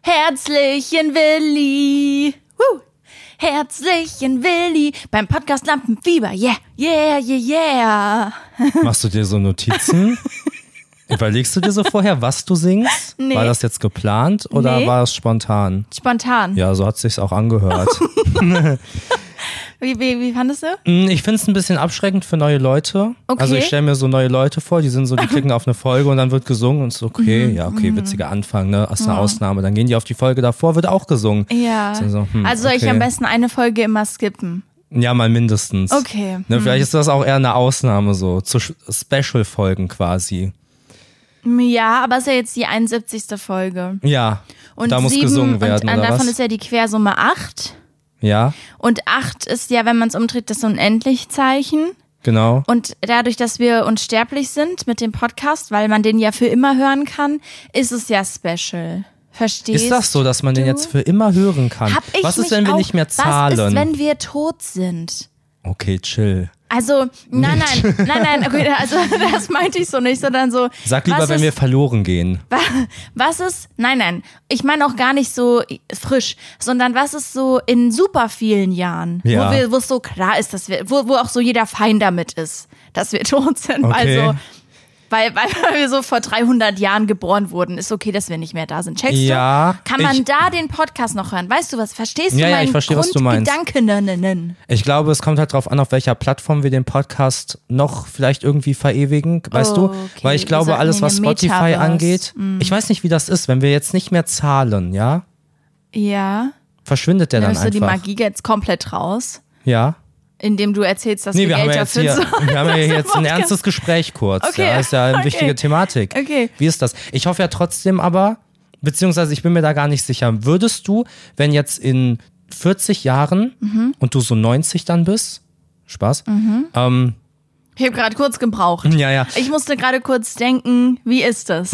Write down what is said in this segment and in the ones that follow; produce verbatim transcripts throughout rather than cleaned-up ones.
Herzlichen Willi. Woo. Herzlichen Willi beim Podcast Lampenfieber. Yeah, yeah, yeah, yeah. Machst du dir so Notizen? Überlegst du dir so vorher, was du singst? Nee. War das jetzt geplant oder Nee. war es spontan? Spontan. Ja, so hat es sich auch angehört. Wie, wie, wie fandest du? Ich finde es ein bisschen abschreckend für neue Leute. Okay. Also ich stelle mir so neue Leute vor, die sind so, die klicken auf eine Folge und dann wird gesungen und so, okay, ja, okay, witziger Anfang, ne, ist eine Ausnahme. Dann gehen die auf die Folge davor, wird auch gesungen. Ja. So, so, hm, also soll ich okay. am besten eine Folge immer skippen? Ja, mal mindestens. Okay. Ne, Hm. vielleicht ist das auch eher eine Ausnahme so, zu Special-Folgen quasi. Ja, aber es ist ja jetzt die einundsiebzigste Folge. Ja, Und da muss sieben, gesungen werden, und oder davon was? ist ja die Quersumme acht. Ja, Und acht ist ja, wenn man es umdreht, das Unendlichzeichen. genau. Und dadurch, dass wir unsterblich sind mit dem Podcast, weil man den ja für immer hören kann, ist es ja special. Verstehst du? Ist das so, dass man den jetzt für immer hören kann? Hab ich Was ist, mich wenn wir auch, nicht mehr zahlen? Was ist, wenn wir tot sind? Okay, chill. Also, nein, nein, nein, nein, okay, also das meinte ich so nicht, sondern so. Sag lieber, was wenn ist, wir verloren gehen. Was ist, nein, nein, ich meine auch gar nicht so frisch, sondern was ist so in super vielen Jahren, Ja. wo wir, wo es so klar ist, dass wir, wo, wo auch so jeder fein damit ist, dass wir tot sind, Okay. also. Weil, weil wir so vor dreihundert Jahren geboren wurden, ist okay, dass wir nicht mehr da sind. Checkst Ja, du? Kann man ich- da den Podcast noch hören? Weißt du was? Verstehst du Ja, ja, meinen ich verstehe, was du meinst. Grundgedanken? Ich glaube, es kommt halt drauf an, auf welcher Plattform wir den Podcast noch vielleicht irgendwie verewigen, weißt Oh, du? okay. Weil ich Wir glaube, sollten alles, in was den Spotify Metaverse. angeht, ich weiß nicht, wie das ist, wenn wir jetzt nicht mehr zahlen, ja? Ja. Verschwindet der Dann dann nimmst du die einfach. Magie jetzt komplett raus, Ja? indem du erzählst, dass Nee, wir wir haben Geld ja jetzt dafür hier, zahlen. wir haben ja jetzt ein Podcast. ernstes Gespräch kurz. Okay, Ja, ist ja eine okay. wichtige Thematik. Okay. Wie ist das? Ich hoffe ja trotzdem aber, beziehungsweise ich bin mir da gar nicht sicher, würdest du, wenn jetzt in vierzig Jahren Mhm. und du so neunzig dann bist, Spaß, ähm, Ich habe gerade kurz gebraucht. ja, ja, Ich musste gerade kurz denken, wie ist das?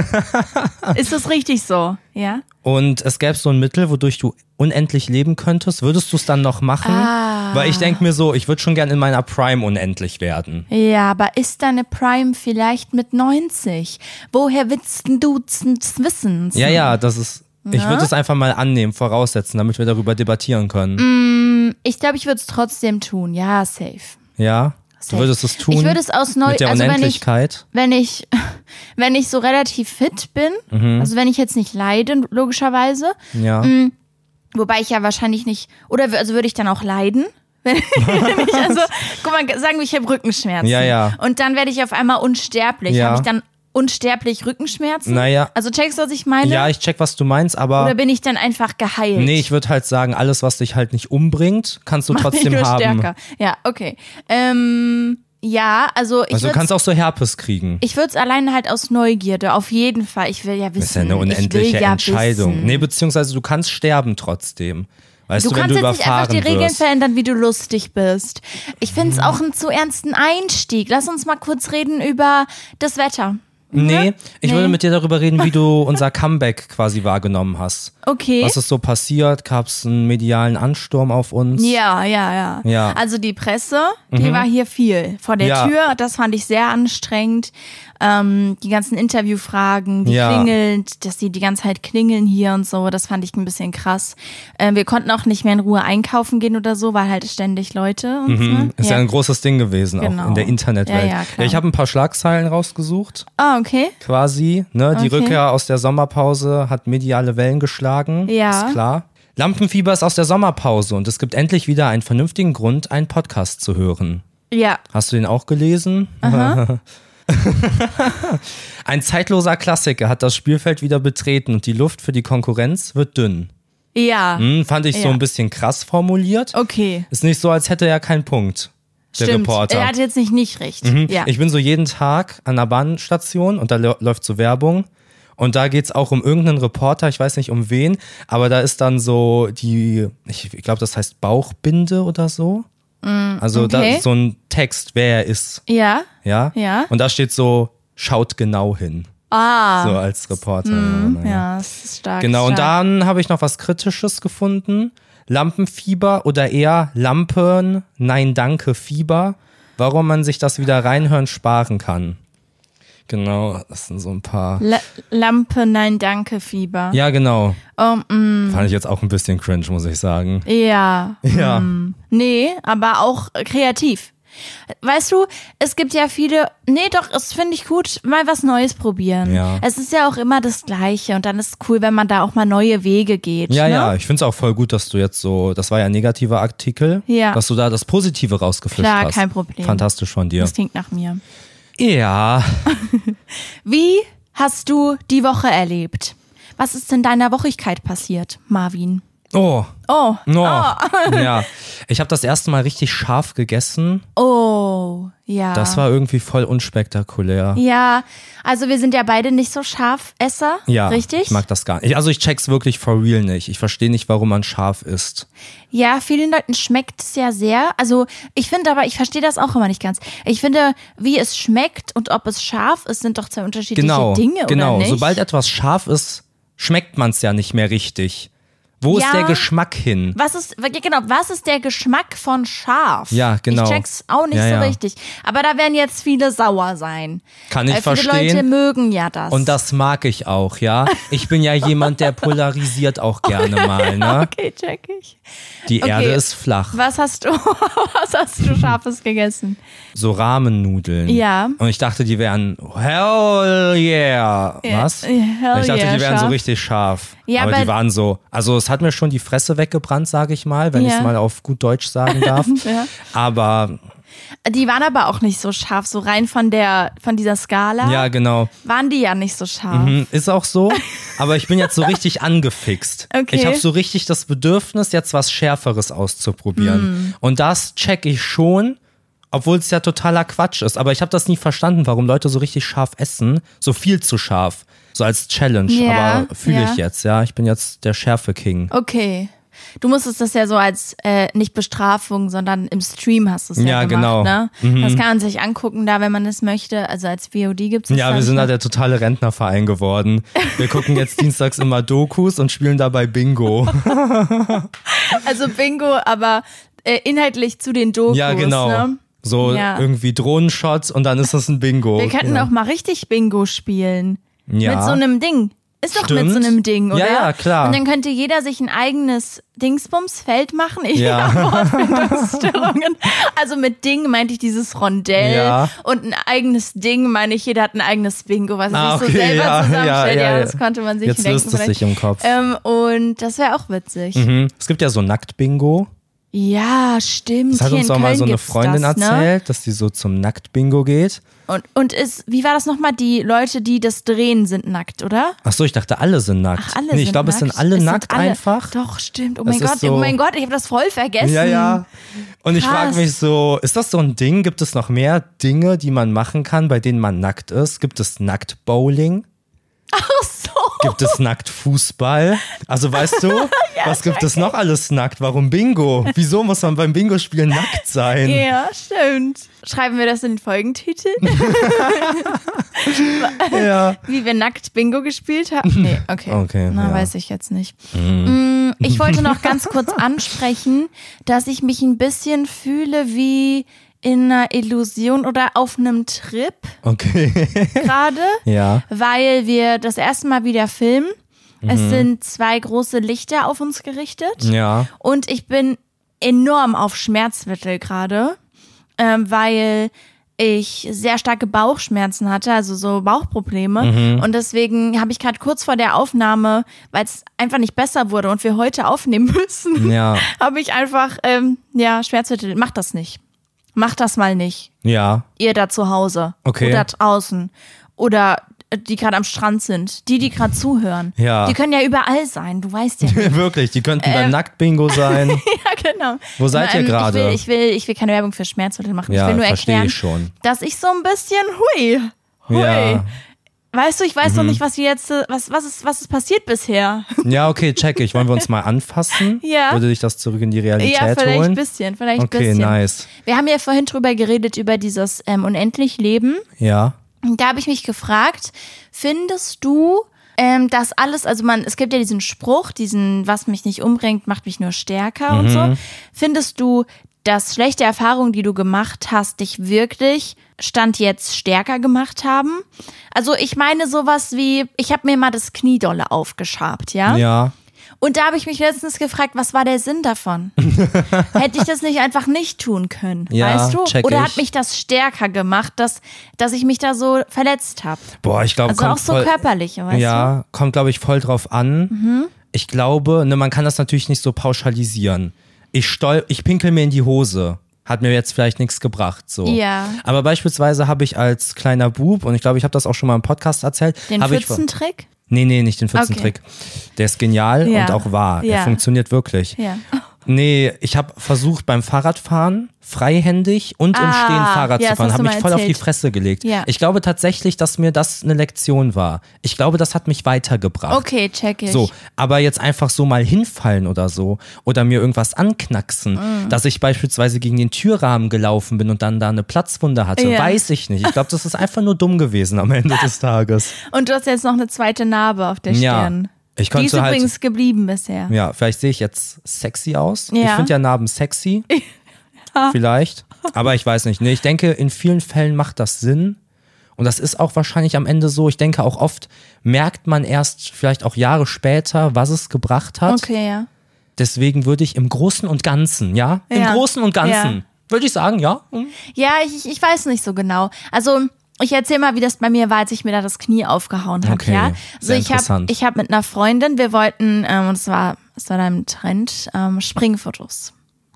Ist das richtig so? Ja? und es gäbe so ein Mittel, wodurch du unendlich leben könntest, würdest du es dann noch machen? Ah. Weil ich denke mir so, ich würde schon gern in meiner Prime unendlich werden. Ja, aber ist deine Prime vielleicht mit neunzig? Woher willst du es wissen? Ja, ja, das ist, ich Ja? würde es einfach mal annehmen, voraussetzen, damit wir darüber debattieren können. Ich glaube, ich würde es trotzdem tun. Ja, safe. Ja? Safe. Du würdest es tun? Ich würde es aus neu, mit der also wenn ich, Unendlichkeit? wenn ich, wenn ich so relativ fit bin, Mhm. also wenn ich jetzt nicht leide, logischerweise, Ja. wobei ich ja wahrscheinlich nicht, oder w- also würde ich dann auch leiden? Wenn wenn ich, also, guck mal, sagen wir, ich habe Rückenschmerzen. Ja, ja. Und dann werde ich auf einmal unsterblich. Ja. Habe ich dann unsterblich Rückenschmerzen? Naja. Also checkst du, was ich meine? Ja, ich check, was du meinst, aber Oder bin ich dann einfach geheilt? nee, ich würde halt sagen, alles, was dich halt nicht umbringt, kannst du Macht mich trotzdem nur haben. stärker. Ja, okay. Ähm, ja, also ich Also du würd's- kannst auch so Herpes kriegen. Ich würde es alleine halt aus Neugierde, auf jeden Fall. Ich will ja wissen. Das ist ja eine ich unendliche will ja Entscheidung. Wissen. Nee, beziehungsweise du kannst sterben trotzdem. Weißt Du du, wenn kannst du jetzt nicht einfach überfahren die Regeln wirst. verändern, wie du lustig bist. Ich finde es auch einen zu ernsten Einstieg. Lass uns mal kurz reden über das Wetter. Nee, ich Nee. würde mit dir darüber reden, wie du unser Comeback quasi wahrgenommen hast. Okay. Was ist so passiert? Gab es einen medialen Ansturm auf uns? Ja, ja, ja, Ja. Also die Presse, die war hier viel vor der Ja. Tür. Das fand ich sehr anstrengend. Ähm, die ganzen Interviewfragen, die Ja. klingeln, dass die die ganze Zeit klingeln hier und so, das fand ich ein bisschen krass. Ähm, wir konnten auch nicht mehr in Ruhe einkaufen gehen oder so, weil halt ständig Leute und Mhm. so. Ist ja. ein großes Ding gewesen, Genau. auch in der Internetwelt. Ja, ja, klar. ich habe ein paar Schlagzeilen rausgesucht, Ah, okay. quasi. Ne? Die Okay. Rückkehr aus der Sommerpause hat mediale Wellen geschlagen, Ja. ist klar. Lampenfieber ist aus der Sommerpause und es gibt endlich wieder einen vernünftigen Grund, einen Podcast zu hören. Ja. Hast du den auch gelesen? Ein zeitloser Klassiker hat das Spielfeld wieder betreten und die Luft für die Konkurrenz wird dünn. Ja. Hm, fand ich so Ja. ein bisschen krass formuliert. Okay. Ist nicht so, als hätte er keinen Punkt, der Stimmt. Reporter. Er hat jetzt nicht nicht recht. Ja. Ich bin so jeden Tag an der Bahnstation und da lä- läuft so Werbung. Und da geht's auch um irgendeinen Reporter, ich weiß nicht um wen, aber da ist dann so die, ich, ich glaube, das heißt Bauchbinde oder so. Also da okay. ist so ein Text, wer er ist. ja. Ja? Ja. Und da steht so, schaut genau hin. Ah. So als Reporter. Naja. Ja, das ist stark. Genau, und stark. dann habe ich noch was Kritisches gefunden. Lampenfieber oder eher Lampen, nein danke Fieber. Warum man sich das wieder reinhören sparen kann. Genau, das sind so ein paar. La- Lampe, nein, danke, Fieber. Ja, genau. Oh, mm, Fand ich jetzt auch ein bisschen cringe, muss ich sagen. ja. Ja. Mm, nee, aber auch kreativ. Weißt du, es gibt ja viele, nee doch, es finde ich gut, mal was Neues probieren. Ja. Es ist ja auch immer das Gleiche und dann ist es cool, wenn man da auch mal neue Wege geht. Ja, ne? ja, ich finde es auch voll gut, dass du jetzt so, das war ja ein negativer Artikel, Ja. dass du da das Positive rausgefischt Klar, hast. kein Problem. Fantastisch von dir. Das klingt nach mir. Ja, Wie hast du die Woche erlebt? Was ist in deiner Wochigkeit passiert, Marvin? oh, Oh, no. Ja, ich habe das erste Mal richtig scharf gegessen. oh, ja. Das war irgendwie voll unspektakulär. Ja, also wir sind ja beide nicht so Scharfesser, Ja, richtig? ich mag das gar nicht. Also ich check's wirklich for real nicht. Ich verstehe nicht, warum man scharf isst. Ja, vielen Leuten schmeckt es ja sehr. Also ich finde aber, ich verstehe das auch immer nicht ganz. Ich finde, wie es schmeckt und ob es scharf ist, sind doch zwei unterschiedliche Genau, Dinge, genau. oder nicht? Sobald etwas scharf ist, schmeckt man es ja nicht mehr richtig. Wo Ja. ist der Geschmack hin? Was ist, ja, genau, was ist der Geschmack von scharf? Ja, genau. Ich check's auch nicht Ja, so ja. richtig. Aber da werden jetzt viele sauer sein. Kann ich Weil viele verstehen. Leute mögen ja das. Und das mag ich auch, ja. Ich bin ja jemand, der polarisiert auch gerne mal, ne? Okay, check ich. Die Okay. Erde ist flach. Was hast du, was hast du Scharfes gegessen? So Rahmennudeln. Ja. Und ich dachte, die wären hell yeah. Ja, Was? hell ich dachte, yeah, die wären so scharf. richtig scharf. Ja, aber aber- die waren so, also es hat mir schon die Fresse weggebrannt, sage ich mal, wenn Ja. ich es mal auf gut Deutsch sagen darf. Ja. Aber Die waren aber auch nicht so scharf, so rein von der, von dieser Skala ja, genau. waren die ja nicht so scharf. Mhm, ist auch so. Aber ich bin jetzt so richtig angefixt. Okay. Ich habe so richtig das Bedürfnis, jetzt was Schärferes auszuprobieren. Hm. Und das check ich schon, obwohl es ja totaler Quatsch ist. Aber ich habe das nie verstanden, warum Leute so richtig scharf essen. So viel zu scharf. So als Challenge. Ja, Aber fühle ja. ich jetzt, ja. Ich bin jetzt der Schärfe-King. Okay. Du musstest das ja so als, äh, nicht Bestrafung, sondern im Stream hast du es ja, Ja, gemacht, genau. Mhm. ne? Das kann man sich angucken da, wenn man es möchte. Also als V O D gibt es Ja, wir sind da der totale Rentnerverein geworden. Wir gucken jetzt dienstags immer Dokus und spielen dabei Bingo. Also Bingo, aber äh, inhaltlich zu den Dokus, Ja, genau. ne? So Ja. irgendwie Drohnenshots und dann ist das ein Bingo. Wir könnten ja. auch mal richtig Bingo spielen. Ja. Mit so einem Ding. Ist doch Stimmt. mit so einem Ding, oder? Ja, ja, klar. Und dann könnte jeder sich ein eigenes Dingsbumsfeld machen. Ich Ja. habe Wortfindungsstörungen. Also mit Ding meinte ich dieses Rondell. Ja. Und ein eigenes Ding meine ich, jeder hat ein eigenes Bingo, was Ah, sich so okay, selber ja, zusammenstellt. ja, Ja, ja, das ja. konnte man sich Jetzt denken. löst es vielleicht. sich im Kopf. Ähm, und das wäre auch witzig. Mhm. Es gibt ja so Nackt-Bingo. Ja, stimmt. Das hat Hier uns in auch mal Köln so eine gibt's Freundin das, ne? erzählt, dass die so zum Nackt-Bingo geht. Und, und ist, wie war das nochmal? Die Leute, die das drehen, sind nackt, oder? Ach so, ich dachte, alle sind nackt. Ach, alle nee, ich sind glaube, es nackt. sind alle Es nackt alle. einfach. Doch, stimmt. Oh Das mein ist Gott, so- oh mein Gott, ich habe das voll vergessen. Ja, ja. Und ich frage Krass. mich so, ist das so ein Ding? Gibt es noch mehr Dinge, die man machen kann, bei denen man nackt ist? Gibt es Nackt-Bowling? Ach so. Gibt es Nackt-Fußball? Also weißt du, was gibt es noch alles nackt? Warum Bingo? Wieso muss man beim Bingo-Spielen nackt sein? Ja, stimmt. Schreiben wir das in den Folgentitel? Ja. Wie wir nackt Bingo gespielt haben? Nee, okay. Okay, Na, ja. weiß ich jetzt nicht. Mm, Ich wollte noch ganz kurz ansprechen, dass ich mich ein bisschen fühle wie in einer Illusion oder auf einem Trip Okay. gerade. Ja. Weil wir das erste Mal wieder filmen. Es sind zwei große Lichter auf uns gerichtet. Ja. Und ich bin enorm auf Schmerzmittel gerade, ähm, weil ich sehr starke Bauchschmerzen hatte, also so Bauchprobleme. Und deswegen habe ich gerade kurz vor der Aufnahme, weil es einfach nicht besser wurde und wir heute aufnehmen müssen, Ja. habe ich einfach, ähm, ja, Schmerzmittel. Macht das nicht. Macht das mal nicht. Ja. Ihr da zu Hause. Okay. Oder draußen. Oder die gerade am Strand sind. Die, die gerade zuhören. Ja. Die können ja überall sein. Du weißt ja. Wirklich, die könnten Ähm. beim Nackt-Bingo sein. Ja, genau. Wo seid ihr Ähm, gerade? Ich will, ich, will, ich will keine Werbung für Schmerzmittel machen. Ja, ich will nur verstehe erklären, ich schon. dass ich so ein bisschen hui. Hui. Ja. Weißt du, ich weiß noch nicht, was wir jetzt, äh, was, was ist, was ist passiert bisher. Ja, okay, check ich. Wollen wir uns mal anfassen? Ja. Würde dich das zurück in die Realität Ja, vielleicht holen? ein bisschen, vielleicht ein Okay, bisschen. nice. Wir haben ja vorhin drüber geredet, über dieses ähm, Unendlich-Leben. Ja. Und da habe ich mich gefragt, findest du, ähm, dass alles, also man, es gibt ja diesen Spruch, diesen, was mich nicht umbringt, macht mich nur stärker und Mhm. so. Findest du, dass schlechte Erfahrungen, die du gemacht hast, dich wirklich Stand jetzt stärker gemacht haben? Also ich meine sowas wie, ich habe mir mal das Knie dolle aufgeschabt, ja? Ja. Und da habe ich mich letztens gefragt, was war der Sinn davon? Hätte ich das nicht einfach nicht tun können, Ja, weißt du? check Oder ich. hat mich das stärker gemacht, dass, dass ich mich da so verletzt habe? Boah, ich glaube, Also kommt auch so voll, körperlich, weißt ja, kommt, glaube ich, voll drauf an. Mhm. Ich glaube, ne, man kann das natürlich nicht so pauschalisieren. Ich, stol ich pinkel mir in die Hose. Hat mir jetzt vielleicht nichts gebracht. So. Ja. Aber beispielsweise habe ich als kleiner Bub, und ich glaube, ich habe das auch schon mal im Podcast erzählt. du? Den habe ich, Pfützentrick? Nee, nee, nicht den Pfützentrick. Der ist genial Ja. und auch wahr. Ja. Er funktioniert wirklich. Ja. Nee, ich habe versucht beim Fahrradfahren freihändig und im Ah, Stehen Fahrrad ja, zu das fahren. hast Habe du mich mal voll auf die erzählt. Fresse gelegt. Ja. Ich glaube tatsächlich, dass mir das eine Lektion war. Ich glaube, das hat mich weitergebracht. Okay, check ich. So, aber jetzt einfach so mal hinfallen oder so oder mir irgendwas anknacksen, Mm. dass ich beispielsweise gegen den Türrahmen gelaufen bin und dann da eine Platzwunde hatte, Ja. weiß ich nicht. Ich glaube, das ist einfach nur dumm gewesen am Ende des Tages. Und du hast jetzt noch eine zweite Narbe auf der Ja. Stirn. Ich Die ist konnte halt, übrigens geblieben bisher. ja, vielleicht sehe ich jetzt sexy aus. Ja. Ich finde ja Narben sexy. Vielleicht. Aber ich weiß nicht. Nee, ich denke, in vielen Fällen macht das Sinn. Und das ist auch wahrscheinlich am Ende so. Ich denke auch oft merkt man erst vielleicht auch Jahre später, was es gebracht hat. Okay, ja. Deswegen würde ich im Großen und Ganzen, ja, im Ja. Großen und Ganzen, Ja. würde ich sagen, ja. Ja, ich, ich weiß nicht so genau. Also ich erzähle mal, wie das bei mir war, als ich mir da das Knie aufgehauen habe. Okay, Ja? Also sehr ich habe interessant. ich hab mit einer Freundin, wir wollten, ähm, und es war, es war da im Trend, ähm, Springfotos.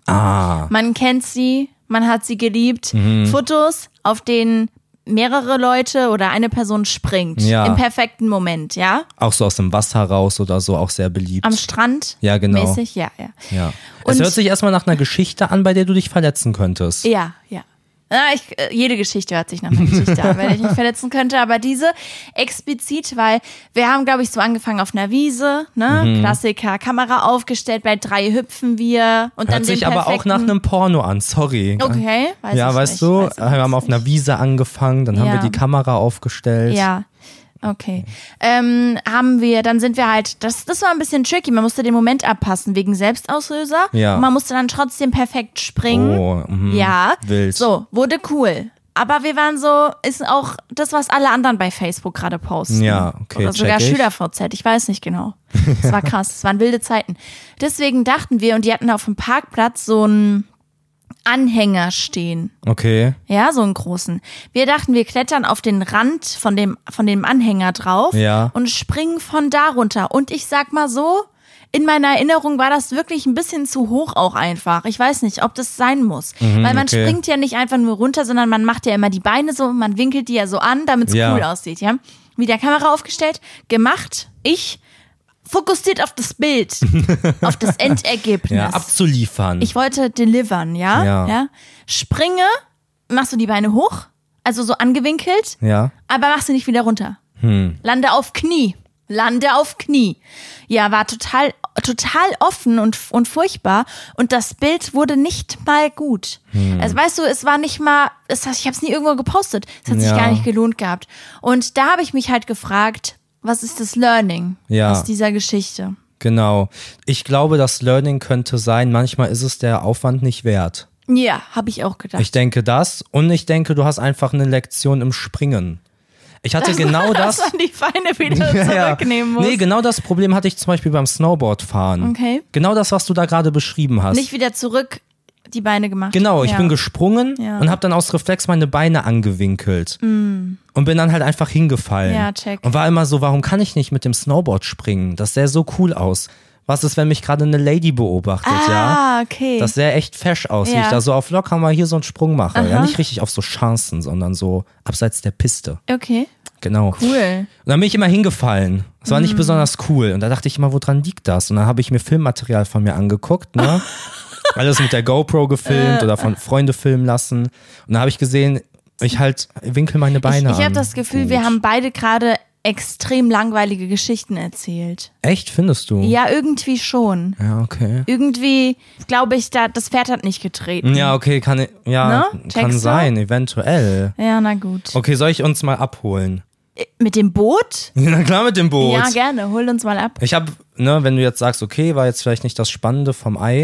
Ah, Man kennt sie, man hat sie geliebt. Mhm. Fotos, auf denen mehrere Leute oder eine Person springt. Ja. Im perfekten Moment, ja? auch so aus dem Wasser raus oder so, auch sehr beliebt. Am Strand. Ja, genau. Mäßig, ja, ja. ja. Und- Es hört sich erstmal nach einer Geschichte an, bei der du dich verletzen könntest. Ja, ja. Ja, ich, äh, jede Geschichte hört sich nach einer Geschichte an, wenn ich mich verletzen könnte, aber diese explizit, weil wir haben, glaube ich, so angefangen auf einer Wiese, ne? Mhm. Klassiker, Kamera aufgestellt, bei drei hüpfen wir und dann Hört den sich aber auch perfekten- nach einem Porno an, sorry. Okay, weiß ja, ich weißt nicht. du, weiß ich wir haben jetzt auf einer nicht. Wiese angefangen, dann haben Ja. wir die Kamera aufgestellt. Ja, okay. Ähm, haben wir, dann sind wir halt, das, das war ein bisschen tricky, man musste den Moment abpassen wegen Selbstauslöser. Ja. Und man musste dann trotzdem perfekt springen. Oh, mhm. Ja, Wild. so, wurde cool. Aber wir waren so, ist auch das, was alle anderen bei Facebook gerade posten. Ja, okay, Oder sogar check ich. SchülerV Z, ich weiß nicht genau. Das war krass, das waren wilde Zeiten. Deswegen dachten wir, und die hatten auf dem Parkplatz so einen Anhänger stehen. Okay. Ja, so einen großen. Wir dachten, wir klettern auf den Rand von dem, von dem Anhänger drauf Ja. und springen von da runter. Und ich sag mal so, in meiner Erinnerung war das wirklich ein bisschen zu hoch auch einfach. Ich weiß nicht, ob das sein muss. Weil man okay. springt ja nicht einfach nur runter, sondern man macht ja immer die Beine so, man winkelt die ja so an, damit es Ja. cool aussieht, ja. Wieder Kamera aufgestellt, gemacht, ich fokussiert auf das Bild, auf das Endergebnis. Ja, abzuliefern. Ich wollte delivern, ja? Ja. Springe, machst du die Beine hoch, also so angewinkelt, ja. aber machst du nicht wieder runter. Hm. Lande auf Knie. Lande auf Knie. Ja, war total, total offen und, und furchtbar. Und das Bild wurde nicht mal gut. Hm. Also weißt du, es war nicht mal, es, ich habe es nie irgendwo gepostet. Es hat sich Ja. gar nicht gelohnt gehabt. Und da habe ich mich halt gefragt, was ist das Learning Ja. aus dieser Geschichte? Genau. Ich glaube, das Learning könnte sein, manchmal ist es der Aufwand nicht wert. Ja, habe ich auch gedacht. Ich denke das und ich denke, du hast einfach eine Lektion im Springen. Ich hatte genau das. Dass man die Beine wieder Ja, ja. zurücknehmen muss. Nee, genau das Problem hatte ich zum Beispiel beim Snowboardfahren. Okay. Genau das, was du da gerade beschrieben hast. Nicht wieder zurück die Beine gemacht. Genau, ich ja. bin gesprungen Ja. und habe dann aus Reflex meine Beine angewinkelt. Und bin dann halt einfach hingefallen. Ja, check. Und war immer so, warum kann ich nicht mit dem Snowboard springen? Das sähe so cool aus. Was ist, wenn mich gerade eine Lady beobachtet, ja? Ah, okay. Das sähe echt fesch aus, wie Ja. ich da so auf locker mal hier so einen Sprung mache. Ja, Aha. nicht richtig auf so Chancen, sondern so abseits der Piste. okay, Genau. cool. Und dann bin ich immer hingefallen. Das war nicht besonders cool. Und da dachte ich immer, woran liegt das? Und dann habe ich mir Filmmaterial von mir angeguckt, ne? Alles mit der GoPro gefilmt oder von Freunde filmen lassen. Und da habe ich gesehen, ich halt winkel meine Ich, Beine ich an. habe das Gefühl, Gut. wir haben beide gerade extrem langweilige Geschichten erzählt. Echt, findest du? Ja, irgendwie schon. Ja, okay. Irgendwie, glaube ich, da, das Pferd hat nicht getreten. Ja, okay, kann, ja, Ne? kann Checkst du? sein, eventuell. Ja, na gut. Okay, soll ich uns mal abholen? Mit dem Boot? Na klar, mit dem Boot. Ja, gerne. Hol uns mal ab. Ich habe, ne, wenn du jetzt sagst, okay, war jetzt vielleicht nicht das Spannende vom Ei,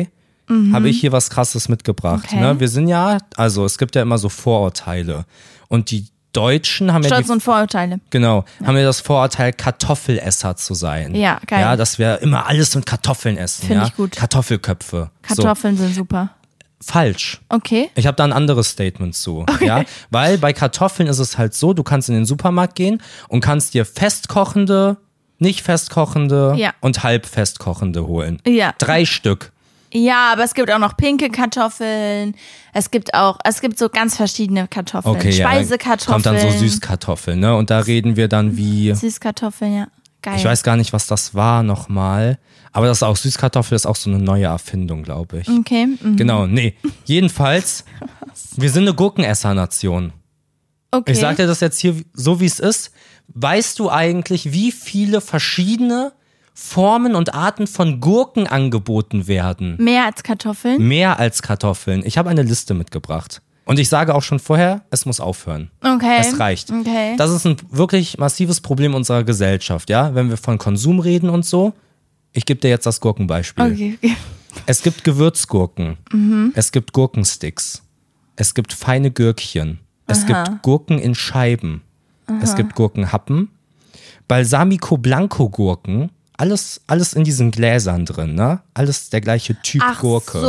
mhm. habe ich hier was Krasses mitgebracht. Okay. Ne? Wir sind ja, also es gibt ja immer so Vorurteile. Und die Deutschen haben Stolz ja die, und Vorurteile. Genau, ja. haben ja das Vorurteil, Kartoffelesser zu sein. Ja, geil. Ja, dass wir immer alles mit Kartoffeln essen. Finde ja? ich gut. Kartoffelköpfe. Kartoffeln so. sind super. Falsch. Okay. Ich habe da ein anderes Statement zu. Okay. Ja? Weil bei Kartoffeln ist es halt so, du kannst in den Supermarkt gehen und kannst dir festkochende, nicht festkochende ja. und halb festkochende holen. Ja. Drei Stück. Ja, aber es gibt auch noch pinke Kartoffeln. Es gibt auch, es gibt so ganz verschiedene Kartoffeln. Okay, Speisekartoffeln. Ja, kommt dann so Süßkartoffeln, ne? Und da reden wir dann wie... Süßkartoffeln, ja. Geil. Ich weiß gar nicht, was das war nochmal. Aber das ist auch Süßkartoffel, ist auch so eine neue Erfindung, glaube ich. Okay. Mhm. Genau, nee. Jedenfalls, wir sind eine Gurkenessernation. Okay. Ich sag dir das jetzt hier so, wie es ist. Weißt du eigentlich, wie viele verschiedene Formen und Arten von Gurken angeboten werden? Mehr als Kartoffeln? Mehr als Kartoffeln. Ich habe eine Liste mitgebracht. Und ich sage auch schon vorher, es muss aufhören. Okay. Es reicht. Okay. Das ist ein wirklich massives Problem unserer Gesellschaft, ja? Wenn wir von Konsum reden und so. Ich gebe dir jetzt das Gurkenbeispiel. Okay, okay. Es gibt Gewürzgurken. Mhm. Es gibt Gurkensticks. Es gibt feine Gürkchen. Es Aha. gibt Gurken in Scheiben. Aha. Es gibt Gurkenhappen. Balsamico Blanco Gurken. Alles, alles in diesen Gläsern drin, ne? Alles der gleiche Typ Ach Gurke.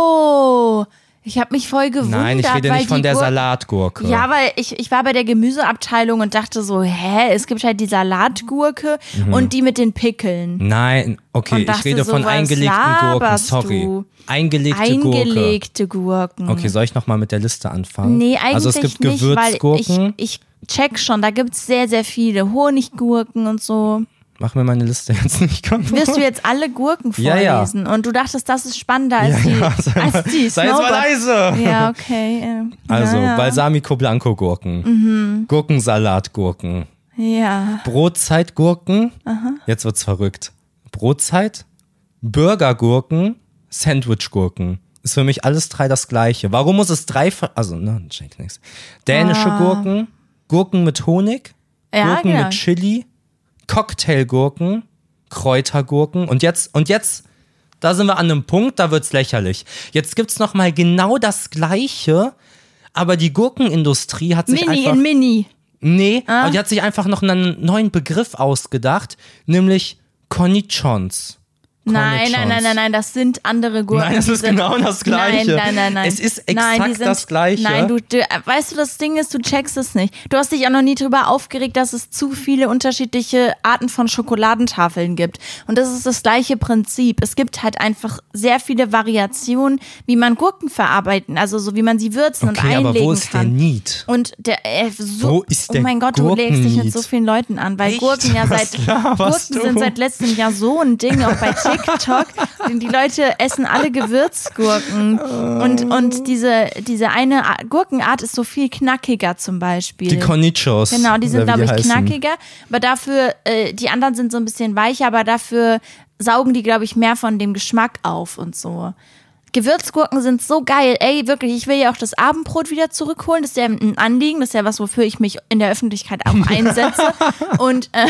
So. Ich habe mich voll gewundert. Nein, ich rede weil nicht von die der Gur- Salatgurke. Ja, weil ich, ich war bei der Gemüseabteilung und dachte so, hä, es gibt halt die Salatgurke Mhm. und die mit den Pickeln. Nein, okay, Und ich dachte rede so, von was eingelegten Gurken, laberst sorry. du? Eingelegte, Gurke. Eingelegte Gurken. Okay, soll ich nochmal mit der Liste anfangen? Nee, eigentlich also es gibt nicht, weil Gewürzgurken. ich, ich check schon, da gibt's sehr, sehr viele. Honiggurken und so. Mach mir meine Liste jetzt nicht kaputt. Wirst du jetzt alle Gurken Ja, vorlesen? ja. Und du dachtest, das ist spannender als die, Ja, sei mal- als die sei jetzt mal Snowball- leise. Ja, okay. äh, Also ja, ja. Balsamico Blanco Gurken, mhm. Gurkensalatgurken, Ja. Brotzeitgurken, jetzt wird's verrückt. Brotzeit, Burgergurken, Sandwichgurken. Ist für mich alles drei das gleiche. Warum muss es drei, ver- also ne, check nix. Dänische Ah. Gurken, Gurken mit Honig, Ja, Gurken genau. mit Chili, Cocktailgurken, Kräutergurken und jetzt, und jetzt, da sind wir an einem Punkt, da wird's lächerlich. Jetzt gibt's noch mal genau das Gleiche, aber die Gurkenindustrie hat sich Mini einfach... in Mini. Nee, Ah. aber die hat sich einfach noch einen neuen Begriff ausgedacht, nämlich Cornichons. Nein, nein, nein, nein, nein, das sind andere Gurken. Nein, das ist Die sind- genau das Gleiche. Nein, nein, nein, nein. Es ist Nein, exakt die sind, das Gleiche. Nein, du, du, weißt du, das Ding ist, du checkst es nicht. Du hast dich auch noch nie drüber aufgeregt, dass es zu viele unterschiedliche Arten von Schokoladentafeln gibt. Und das ist das gleiche Prinzip. Es gibt halt einfach sehr viele Variationen, wie man Gurken verarbeiten, also so wie man sie würzen und Okay, einlegen aber wo ist der kann. Need? Und der, äh, so, Wo ist oh der mein Gott, du legst dich mit Gurkenlied? so vielen Leuten an, weil Echt? Gurken ja Was seit laberst Gurken du? sind seit letztem Jahr so ein Ding, auch bei TikTok. Denn die Leute essen alle Gewürzgurken. Und, und diese, diese eine Ar- Gurkenart ist so viel knackiger zum Beispiel. Die Cornichos. Genau, die sind, oder wie glaube ich, heißen. knackiger. Aber dafür, äh, die anderen sind so ein bisschen weicher, aber dafür saugen die, glaube ich, mehr von dem Geschmack auf und so. Gewürzgurken sind so geil. Ey, wirklich, ich will ja auch das Abendbrot wieder zurückholen. Das ist ja ein Anliegen. Das ist ja was, wofür ich mich in der Öffentlichkeit auch einsetze. Und äh,